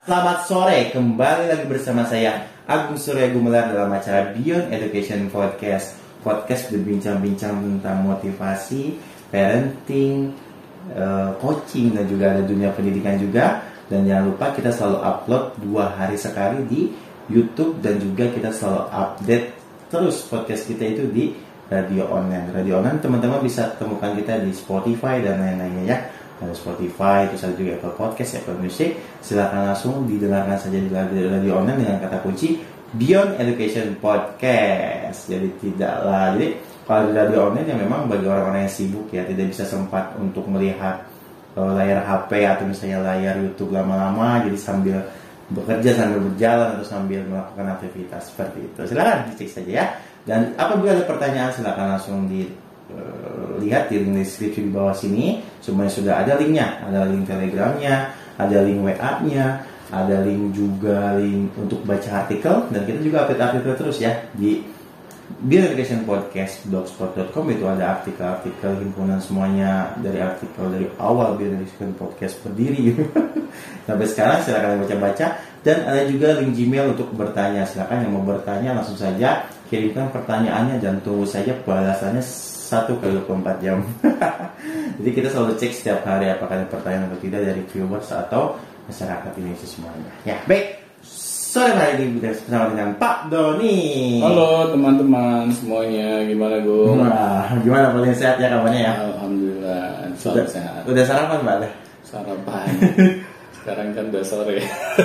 Selamat sore, kembali lagi bersama saya Agung Surya Gumelar dalam acara Beyond Education Podcast. Podcast berbincang-bincang tentang motivasi, parenting, coaching, dan juga ada dunia pendidikan juga. Dan jangan lupa kita selalu upload 2 hari sekali di YouTube, dan juga kita selalu update terus podcast kita itu di radio online. Radio online teman-teman bisa temukan kita di Spotify dan lain-lainnya ya. Ada Spotify, terus ada juga Apple Podcast, Apple Music. Silakan langsung didengarkan saja di radio online dengan kata kunci Beyond Education Podcast. Jadi kalau di radio online yang memang bagi orang-orang yang sibuk ya, tidak bisa sempat untuk melihat layar HP atau misalnya layar YouTube lama-lama, jadi sambil bekerja, sambil berjalan, atau sambil melakukan aktivitas seperti itu. Silakan dicek saja ya. Dan apabila ada pertanyaan silakan langsung lihat di link deskripsi di bawah sini. Semuanya sudah ada linknya, ada link Telegramnya, ada link WA-nya, ada link juga link untuk baca artikel, dan kita juga update artikel terus ya di Beyond Education Podcast blogspot.com. Itu ada artikel-artikel himpunan semuanya, dari awal Beyond Education Podcast berdiri sampai sekarang. Silakan baca-baca, dan ada juga link Gmail untuk bertanya. Silakan yang mau bertanya langsung saja kirimkan pertanyaannya, dan tunggu saja balasannya 1x24 jam. Jadi kita selalu cek setiap hari apakah ada pertanyaan atau tidak dari viewers atau masyarakat Indonesia semuanya. Ya, baik. Sore hari ini bersama dengan Pak Doni. Halo teman-teman semuanya, gimana Gung? Wah, gimana, paling sehat ya kabarnya ya? Alhamdulillah, selalu sehat. Udah sarapan Pak? Sarapan. Sekarang kan udah sore.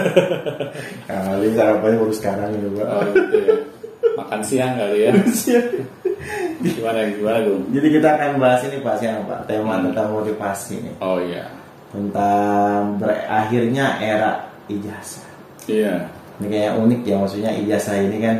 Kali sarapannya baru sekarang gitu Pak. Oh gitu ya. Makan siang kali ya. Gimana Gung? Jadi kita akan bahas ini Pak, siang Pak, tema tentang motivasi nih. Oh iya. Tentang berakhirnya era ijazah. Iya. Ini kayak unik ya, maksudnya ijazah ini kan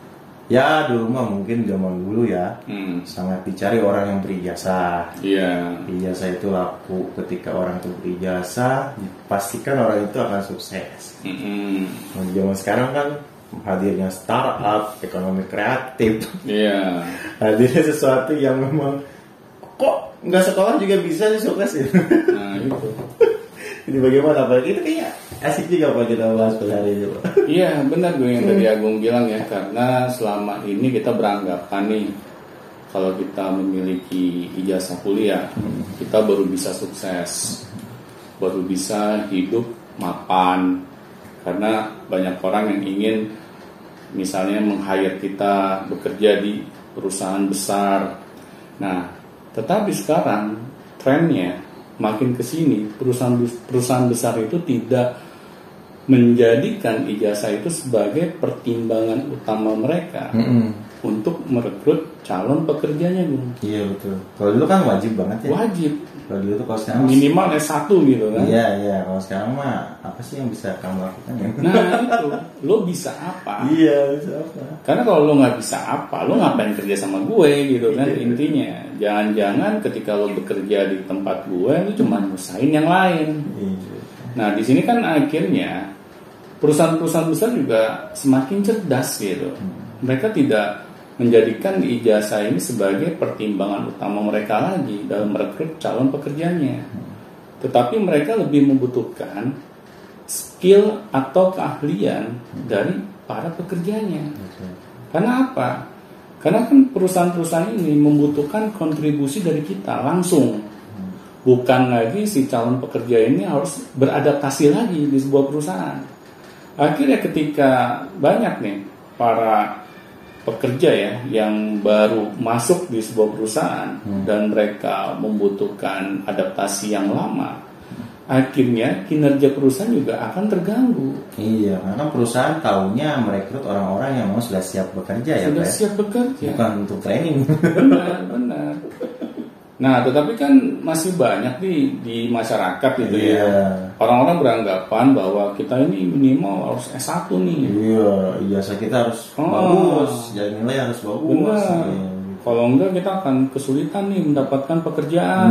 ya dulu mah mungkin zaman dulu ya sangat dicari orang yang berijazah. Iya. Ijazah itu laku. Ketika orang itu berijazah, dipastikan orang itu akan sukses. Nah, zaman sekarang kan hadirnya startup, ekonomi kreatif. Iya. Hadirnya sesuatu yang memang kok nggak sekolah juga bisa sih sukses ya. Nah itu. Ini bagaimana Pak? Itu kayaknya asik juga Pak kita bahas pada hari ini Pak. Iya benar gue yang tadi Agung bilang ya, karena selama ini kita beranggapan nih kalau kita memiliki ijazah kuliah kita baru bisa sukses, baru bisa hidup mapan. Karena banyak orang yang ingin misalnya meng-hire kita bekerja di perusahaan besar. Nah, tetapi sekarang trennya makin ke sini, perusahaan besar itu tidak menjadikan ijazah itu sebagai pertimbangan utama mereka untuk merekrut calon pekerjanya, Bung. Iya betul. Kalau dulu kan wajib banget ya. Wajib. Kalau dulu tuh kalau sekarang minimal S1 gitu kan. Iya. Kalau sekarang mah apa sih yang bisa kamu lakukan ya? Nah itu, lo bisa apa? Iya, bisa apa? Karena kalau lo nggak bisa apa, lo ngapain kerja sama gue gitu kan intinya. Jangan-jangan ketika lo bekerja di tempat gue, lo cuma nyusahin yang lain. Iya. Nah di sini kan akhirnya perusahaan-perusahaan besar juga semakin cerdas gitu. Mereka tidak menjadikan ijazah ini sebagai pertimbangan utama mereka lagi dalam merekrut calon pekerjanya. Tetapi mereka lebih membutuhkan skill atau keahlian dari para pekerjanya. Karena apa? Karena kan perusahaan-perusahaan ini membutuhkan kontribusi dari kita langsung. Bukan lagi si calon pekerja ini harus beradaptasi lagi di sebuah perusahaan. Akhirnya ketika banyak nih para pekerja ya yang baru masuk di sebuah perusahaan dan mereka membutuhkan adaptasi yang lama, akhirnya kinerja perusahaan juga akan terganggu. Iya, karena perusahaan tahunya merekrut orang-orang yang mau sudah siap bekerja ya, sudah siap bekerja, bukan untuk training. Benar. Nah, tetapi kan masih banyak di masyarakat gitu ya. Orang-orang beranggapan bahwa kita ini minimal harus S1 nih. Iya, ijazah kita harus bagus, jadi nilai harus bagus. Benar. Kalau enggak kita akan kesulitan nih mendapatkan pekerjaan.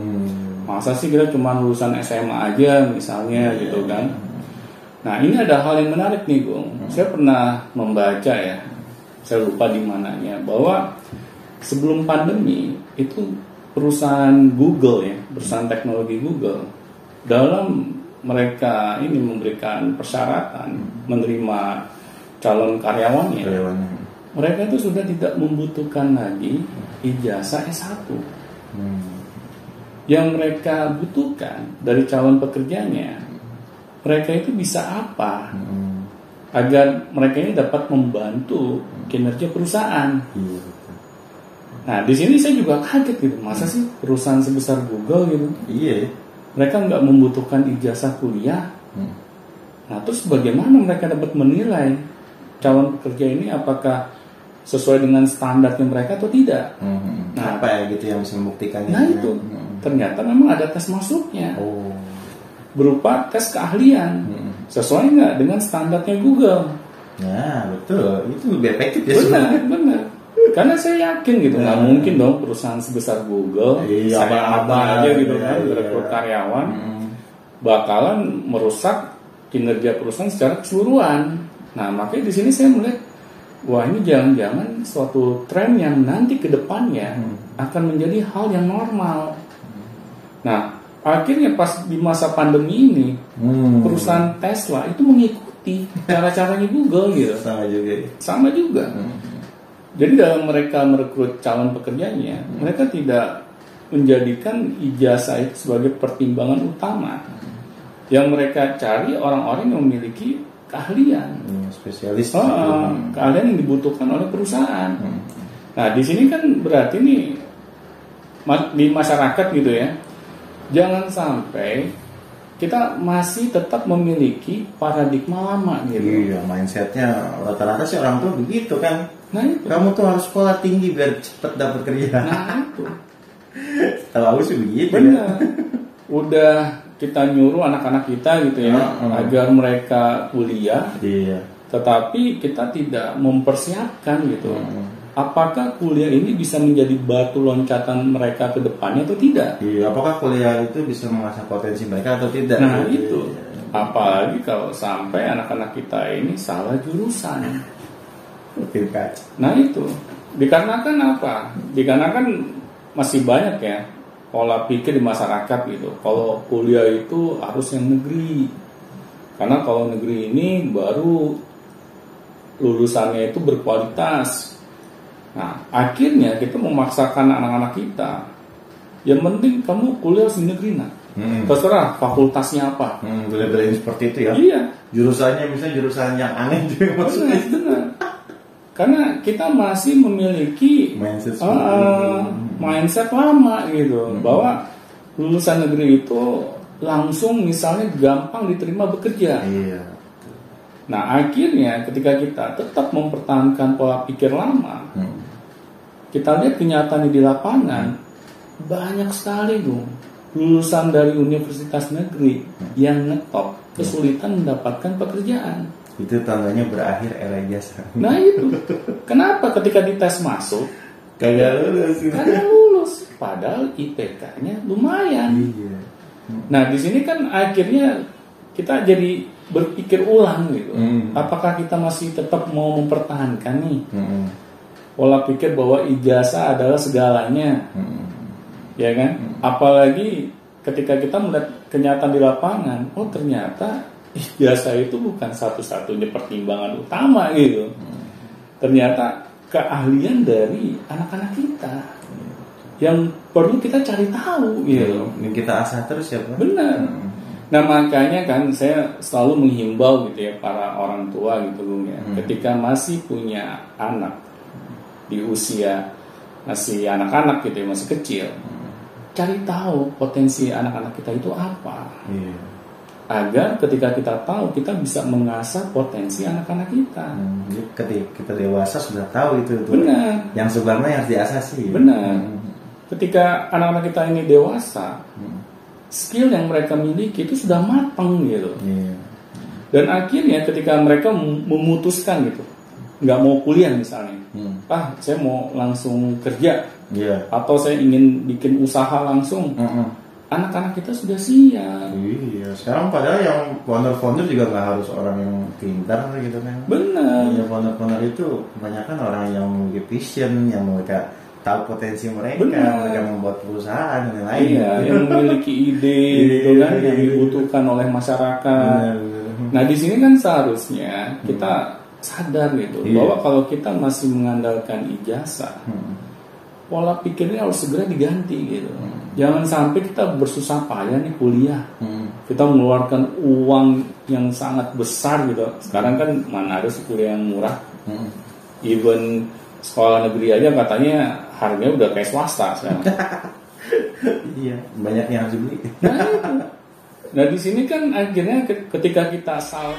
Masa sih kita cuma lulusan SMA aja misalnya gitu kan. Nah, ini ada hal yang menarik nih, Bung. Saya pernah membaca ya. Saya lupa di mananya bahwa sebelum pandemi itu perusahaan Google ya, perusahaan teknologi Google dalam mereka ini memberikan persyaratan menerima calon karyawannya, mereka itu sudah tidak membutuhkan lagi ijazah S1. Yang mereka butuhkan dari calon pekerjanya, mereka itu bisa apa agar mereka ini dapat membantu kinerja perusahaan. Nah, di sini saya juga kaget gitu, masa sih perusahaan sebesar Google gitu, mereka nggak membutuhkan ijazah kuliah. Nah, terus bagaimana mereka dapat menilai calon pekerja ini apakah sesuai dengan standarnya mereka atau tidak? Nah, apa ya gitu yang bisa membuktikan? Nah itu, ternyata memang ada tes masuknya, berupa tes keahlian, sesuai nggak dengan standarnya Google. Nah, betul, itu lebih efektif ya. Benar. Karena saya yakin gitu, nggak mungkin dong perusahaan sebesar Google, saya aja gitu kan, merekrut karyawan, bakalan merusak kinerja perusahaan secara keseluruhan. Nah, makanya di sini saya melihat, wah ini jangan-jangan suatu tren yang nanti ke depannya akan menjadi hal yang normal. Nah, akhirnya pas di masa pandemi ini, perusahaan Tesla itu mengikuti cara-caranya Google gitu. Sama juga. Jadi dalam mereka merekrut calon pekerjanya, mereka tidak menjadikan ijazah itu sebagai pertimbangan utama. Yang mereka cari orang-orang yang memiliki keahlian, spesialis, keahlian yang dibutuhkan oleh perusahaan. Nah, di sini kan berarti nih di masyarakat gitu ya, jangan sampai kita masih tetap memiliki paradigma lama gitu. Iya, mindsetnya rata-rata sih orang tua begitu kan. Nah itu. Kamu tuh harus sekolah tinggi biar cepet dapat kerja. Nah itu. Tahu aku sih begitu. Benar. Ya? Udah kita nyuruh anak-anak kita gitu ya, agar mereka kuliah. Iya. Tetapi kita tidak mempersiapkan gitu. Apakah kuliah ini bisa menjadi batu loncatan mereka ke depannya atau tidak? Iya, apakah kuliah itu bisa mengasah potensi mereka atau tidak? Nah, itu. Apalagi kalau sampai anak-anak kita ini salah jurusan. Nah, itu. Dikarenakan apa? Dikarenakan masih banyak ya pola pikir di masyarakat gitu. Kalau kuliah itu harus yang negeri. Karena kalau negeri ini baru lulusannya itu berkualitas. Nah, akhirnya kita memaksakan anak-anak kita. Yang penting kamu kuliah di negeri, nah. Terserah fakultasnya apa. Bela-belain seperti itu ya. Iya. Jurusannya misalnya jurusan yang aneh juga maksudnya. Benar. Karena kita masih memiliki mindset lama gitu, bahwa lulusan negeri itu langsung misalnya gampang diterima bekerja. Iya. Nah, akhirnya ketika kita tetap mempertahankan pola pikir lama, kita lihat kenyataannya di lapangan, banyak sekali tuh lulusan dari universitas negeri yang ngetop kesulitan mendapatkan pekerjaan. Itu tandanya berakhir era ijazah. Nah itu, kenapa ketika dites masuk kagak lulus? Kagak lulus, padahal IPK-nya lumayan. Iya. Nah di sini kan akhirnya kita jadi berpikir ulang gitu. Apakah kita masih tetap mau mempertahankan nih pola pikir bahwa ijazah adalah segalanya, ya kan? Apalagi ketika kita melihat kenyataan di lapangan, oh ternyata ijazah itu bukan satu-satunya pertimbangan utama gitu. Ternyata keahlian dari anak-anak kita yang perlu kita cari tahu gitu. Yang kita asah terus ya Pak. Benar. Nah makanya kan saya selalu menghimbau gitu ya para orang tua gitu ya. Ketika masih punya anak di usia masih anak-anak gitu ya, masih kecil, cari tahu potensi anak-anak kita itu apa. Agar ketika kita tahu, kita bisa mengasah potensi anak-anak kita. Ketika kita dewasa sudah tahu itu. Benar. Yang sebenarnya harus diasah sih. Benar. Ketika anak-anak kita ini dewasa, skill yang mereka miliki itu sudah matang gitu. Dan akhirnya ketika mereka memutuskan gitu, nggak mau kuliah misalnya, saya mau langsung kerja, atau saya ingin bikin usaha langsung. Anak-anak kita sudah siap. Iya, sekarang padahal yang founder-founder juga nggak harus orang yang pintar gitu kan. Benar. Iya, founder-founder itu kebanyakan orang yang memiliki vision, yang mereka tahu potensi mereka, Benar. mereka membuat perusahaan dan lain-lain. Iya, yang memiliki ide gitu kan, yang dibutuhkan oleh masyarakat. Nah di sini kan seharusnya kita sadar gitu bahwa kalau kita masih mengandalkan ijazah, pola pikirnya harus segera diganti gitu. Jangan sampai kita bersusah payah nih kuliah, kita mengeluarkan uang yang sangat besar gitu. Sekarang kan mana ada kuliah yang murah, even sekolah negeri aja katanya harganya udah kayak swasta sekarang. Iya, banyak yang harus dibeli. Nah di sini kan akhirnya ketika kita salah.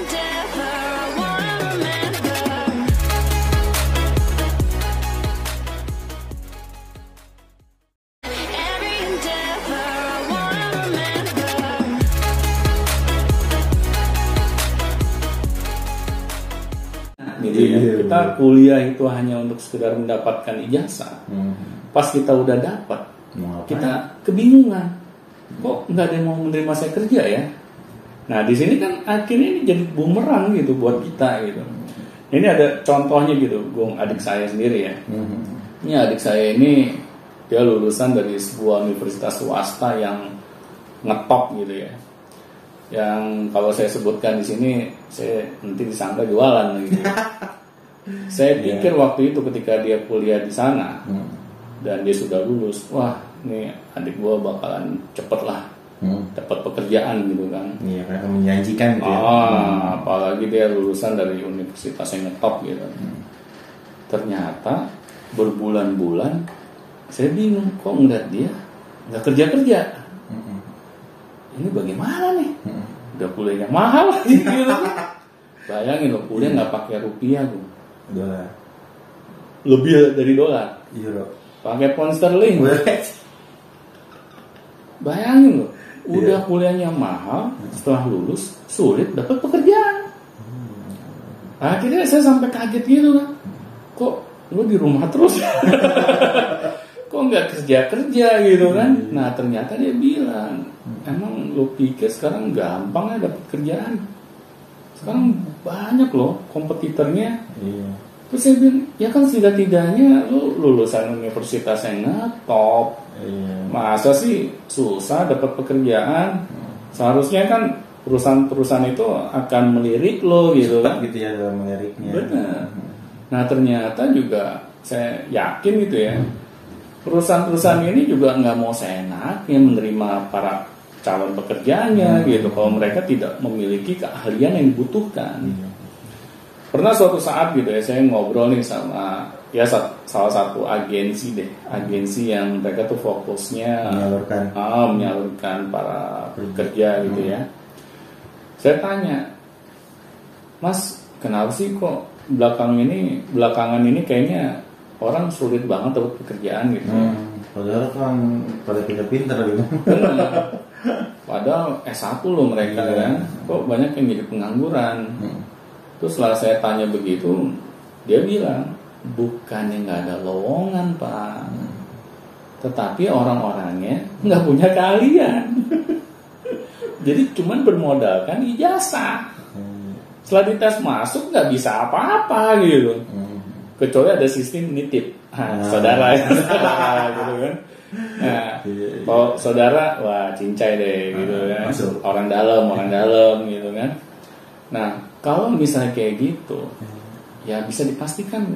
Gitu ya. Kita kuliah itu hanya untuk sekedar mendapatkan ijazah. Pas kita udah dapat, kita kebingungan. Kok nggak ada yang mau menerima saya kerja ya? Nah di sini kan akhirnya ini jadi bumerang gitu buat kita gitu. Ini ada contohnya gitu, adik saya sendiri ya. Ini adik saya ini dia lulusan dari sebuah universitas swasta yang ngetop gitu ya. Yang kalau saya sebutkan di sini, saya nanti disangka jualan gitu. Saya pikir waktu itu ketika dia kuliah di sana dan dia sudah lulus, wah ini adik gua bakalan cepet lah dapat pekerjaan gitu kan. Iya, karena menjanjikan gitu ya. Apalagi dia lulusan dari universitas yang ngetop gitu. Ternyata berbulan-bulan saya bingung kok ngeliat dia nggak kerja-kerja. Ini bagaimana nih? Udah kuliah yang mahal gitu. Bayangin loh, kuliah nggak pakai rupiah bu. Dolar. Lebih dari dolar. Euro. Pakai pound sterling. Bayangin loh, udah kuliahnya mahal, setelah lulus sulit dapat pekerjaan. Akhirnya saya sampai kaget gitu kan. Kok lu di rumah terus? Kok nggak kerja gitu kan? Nah ternyata dia bilang, emang lu pikir sekarang gampang ya dapat kerjaan? Sekarang banyak loh kompetitornya. Terus saya bilang, ya kan setidak-tidaknya lu lulusan universitas yang ngetop. Masa sih susah dapat pekerjaan? Seharusnya kan perusahaan-perusahaan itu akan melirik lo gitu kan? Gitu ya dalam meliriknya. Benar. Nah ternyata juga saya yakin gitu ya, perusahaan-perusahaan ini juga nggak mau seenaknya menerima para calon pekerjanya gitu kalau mereka tidak memiliki keahlian yang dibutuhkan. Pernah suatu saat gitu ya saya ngobrol nih sama ya salah satu agensi yang mereka tuh fokusnya menyalurkan para pekerja gitu ya. Saya tanya, Mas kenapa sih kok belakangan ini kayaknya orang sulit banget dapat pekerjaan gitu. Padahal kan pada pinter-pinter gitu. Padahal S1 loh mereka kan. Kok banyak yang jadi pengangguran. Terus setelah saya tanya begitu, dia bilang, bukannya nggak ada lowongan Pak, tetapi orang-orangnya nggak punya keahlian. Jadi cuman bermodalkan ijazah. Setelah dites masuk nggak bisa apa-apa gitu. Kecuali ada sistem nitip saudara gitu kan. Nah, kalau saudara wah cincai deh gitu kan. Orang dalam gitu kan. Nah, kalau misalnya kayak gitu, ya bisa dipastikan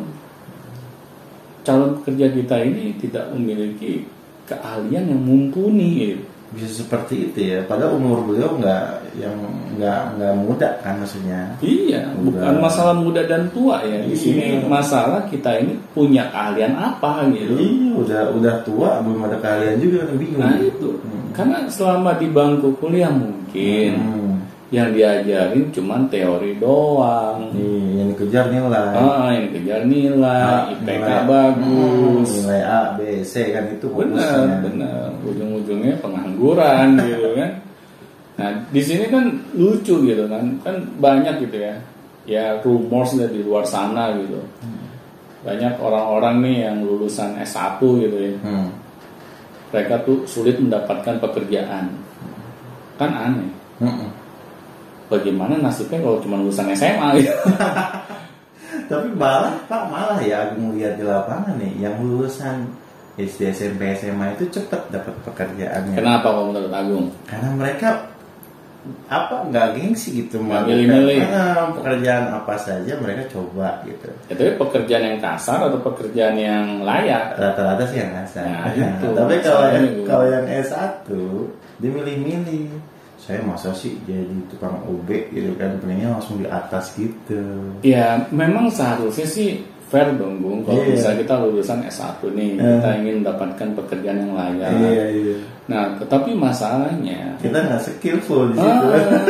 calon pekerja kita ini tidak memiliki keahlian yang mumpuni gitu. Bisa seperti itu ya, padahal umur beliau nggak muda kan maksudnya. Iya, bukan masalah muda dan tua ya. Di sini masalah kita ini punya keahlian apa gitu. Iya, udah tua belum ada keahlian juga kan bingung. Nah itu, karena selama di bangku kuliah mungkin yang diajarin cuman teori doang. Yang dikejar nilai. Yang dikejar nilai, IPK bagus, nilai A, B, C kan itu fokusnya. Benar. Ujung-ujungnya pengangguran gitu kan. Nah di sini kan lucu gitu kan banyak gitu ya. Ya rumors di luar sana gitu. Banyak orang-orang nih yang lulusan S1 gitu ya. Mereka tuh sulit mendapatkan pekerjaan. Kan aneh. Bagaimana nasibnya kalau cuma lulusan SMA gitu. Tapi malah ya aku ngeliat di lapangan nih, yang lulusan SD, SMP, SMA itu cepet dapat pekerjaannya. Kenapa kok menurut Agung? Karena mereka nggak gengsi gitu, milih-milih pekerjaan apa saja mereka coba gitu. Itu pekerjaan yang kasar atau pekerjaan yang layak? Rata-rata sih yang kasar. Nah, itu. Tapi kalau yang S1 dia milih-milih. Saya masa sih jadi tukang OB gitu kan, pengennya langsung di atas gitu. Ya memang seharusnya sih fair dong Bung, kalau misalnya kita lulusan S1 nih, kita ingin mendapatkan pekerjaan yang layak. Nah, tetapi masalahnya kita nggak skillful di situ.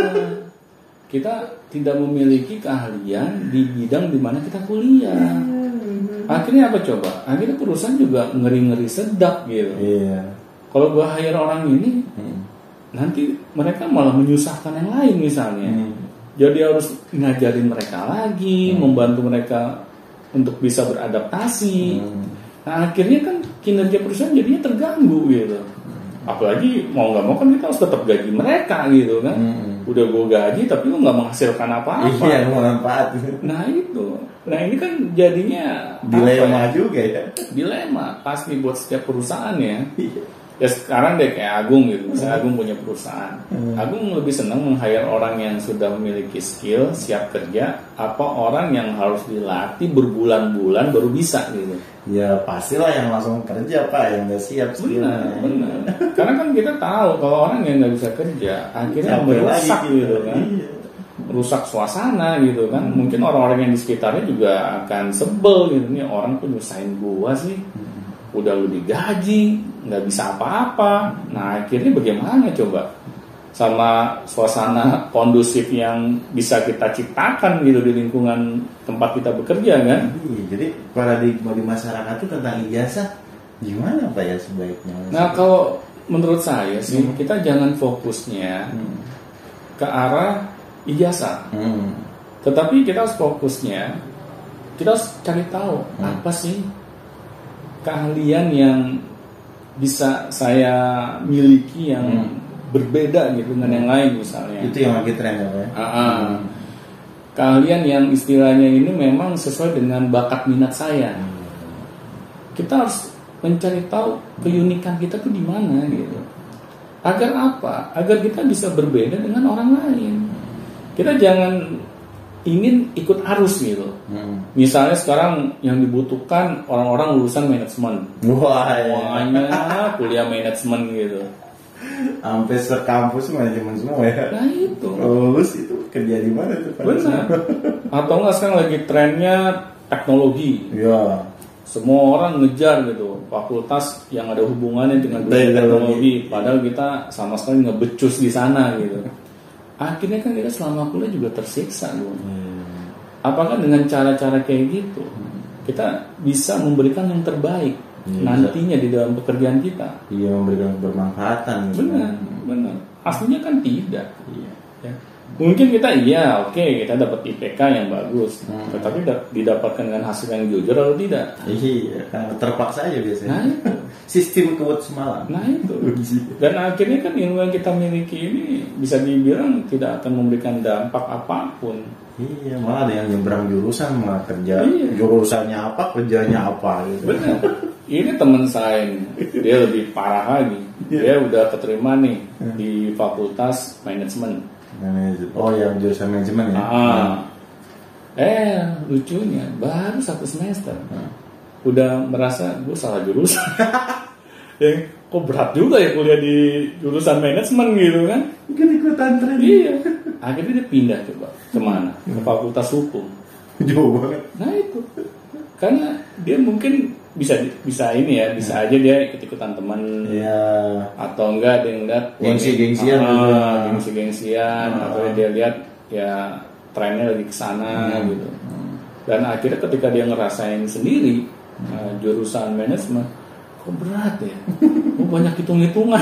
Kita tidak memiliki keahlian di bidang di mana kita kuliah. Akhirnya apa coba? Akhirnya perusahaan juga ngeri-ngeri sedap gitu. Kalau gua hire orang ini, nanti mereka malah menyusahkan yang lain misalnya. Jadi harus ngajarin mereka lagi, membantu mereka untuk bisa beradaptasi. Nah akhirnya kan kinerja perusahaan jadinya terganggu gitu. Apalagi mau nggak mau kan kita harus tetap gaji mereka gitu kan. Udah gue gaji tapi lu nggak menghasilkan apa-apa. Iya, mau manfaat. Nah itu. Nah ini kan jadinya dilema juga ya. Dilema pasti buat setiap perusahaan ya. Ya sekarang deh kayak Agung gitu, misalnya Agung punya perusahaan, Agung lebih senang meng-hire orang yang sudah memiliki skill, siap kerja, apa orang yang harus dilatih berbulan-bulan baru bisa gitu? Ya pastilah yang langsung kerja Pak, yang nggak siap skillnya. Benar. Karena kan kita tahu kalau orang yang nggak bisa kerja, akhirnya merusak gitu kan, merusak suasana gitu kan. Mungkin orang-orang yang di sekitarnya juga akan sebel gitu, nih orang tuh nyusahin gua sih. Udah lu digaji, nggak bisa apa-apa. Nah akhirnya bagaimana coba sama suasana kondusif yang bisa kita ciptakan gitu di lingkungan tempat kita bekerja kan? Jadi paradigma di masyarakat itu tentang ijazah gimana Pak ya sebaiknya? Nah kalau menurut saya sih kita jangan fokusnya ke arah ijazah, tetapi kita harus fokusnya, kita harus cari tahu apa sih keahlian yang bisa saya miliki yang berbeda gitu dengan yang lain misalnya. Itu yang lagi tren ya Pak? Keahlian yang istilahnya ini memang sesuai dengan bakat minat saya. Kita harus mencari tahu keunikan kita tuh di mana gitu. Agar apa? Agar kita bisa berbeda dengan orang lain. Kita jangan ingin ikut arus gitu. Misalnya sekarang yang dibutuhkan orang-orang lulusan manajemen. Semuanya kuliah manajemen gitu. Sampai sekampus manajemen semua ya. Nah itu. Lulus itu kerja di mana tuh? Benar. Atau enggak sekarang lagi trennya teknologi. Iya. Semua orang ngejar gitu fakultas yang ada hubungannya dengan teknologi. Padahal kita sama sekali ngebecus di sana gitu. Akhirnya kan kita selama kuliah juga tersiksa loh. Apakah dengan cara-cara kayak gitu kita bisa memberikan yang terbaik nantinya di dalam pekerjaan kita? Iya, memberikan bermanfaatan. Benar. Aslinya kan tidak. Ya. Mungkin kita kita dapat IPK yang bagus, tetapi didapatkan dengan hasil yang jujur atau tidak? Iya, terpaksa aja biasanya. Nah itu. Sistem kuat semalam. Nah itu. Dan akhirnya kan ilmu yang kita miliki ini bisa dibilang tidak akan memberikan dampak apapun. Iya, malah ada yang nyebrang jurusan malah kerja. Jurusannya apa, kerjanya apa gitu. Benar. Ini teman saya nih, dia lebih parah lagi. Dia udah keterima nih di Fakultas Manajemen. Oh, yang jurusan manajemen ya? Lucunya baru 1 semester udah merasa gue salah jurusan. Kok berat juga ya kuliah di jurusan manajemen gitu kan? Ikut-ikutan tren. Iya. Akhirnya dia pindah coba kemana? Ke Fakultas Hukum. Jauh banget. Nah itu, karena dia mungkin bisa ini ya, bisa aja dia ikut-ikutan teman, atau enggak dia ngeliat gengsi-gengsian, atau dia lihat ya trennya lagi kesana gitu. Dan akhirnya ketika dia ngerasain sendiri jurusan manajemen, kok berat ya, banyak hitung-hitungan.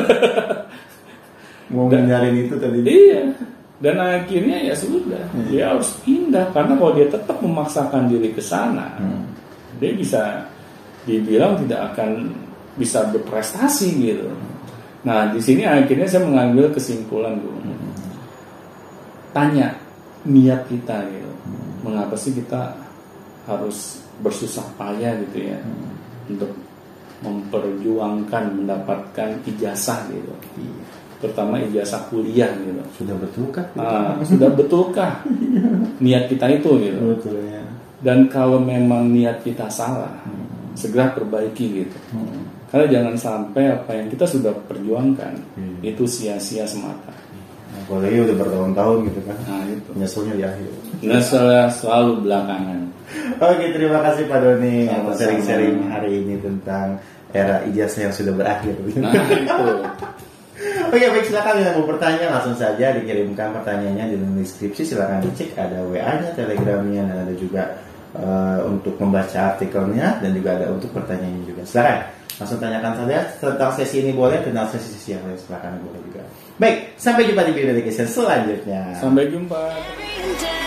Mau nyariin itu tadi. Iya. Dan akhirnya ya sudah, dia harus pindah karena kalau dia tetap memaksakan diri ke sana, dia bisa dibilang tidak akan bisa berprestasi gitu. Nah di sini akhirnya saya mengambil kesimpulan tanya niat kita gitu, mengapa sih kita harus bersusah payah gitu ya untuk memperjuangkan mendapatkan ijazah gitu. Iya. Terutama ijazah kuliah gitu. Sudah betulkah? Sudah betulkah niat kita itu gitu. Betul ya. Dan kalau memang niat kita salah, segera perbaiki gitu. Karena jangan sampai apa yang kita sudah perjuangkan itu sia-sia semata. Apalagi udah bertahun-tahun gitu kan. Nah itu. Nyeselnya di akhir. Nyeselnya selalu belakangan. Oke, terima kasih Pak Doni Sama-sama. untuk sharing-sharing hari ini tentang era ijazah yang sudah berakhir. Nah itu. Oke, baik, silakan yang mau bertanya langsung saja dikirimkan pertanyaannya di deskripsi. Silakan dicek, ada WA-nya, Telegramnya, dan ada juga untuk membaca artikelnya, dan juga ada untuk pertanyaannya juga. Silakan langsung tanyakan saja tentang sesi ini, boleh tentang sesi yang lain, silakan boleh juga. Baik, sampai jumpa di video education selanjutnya. Sampai jumpa.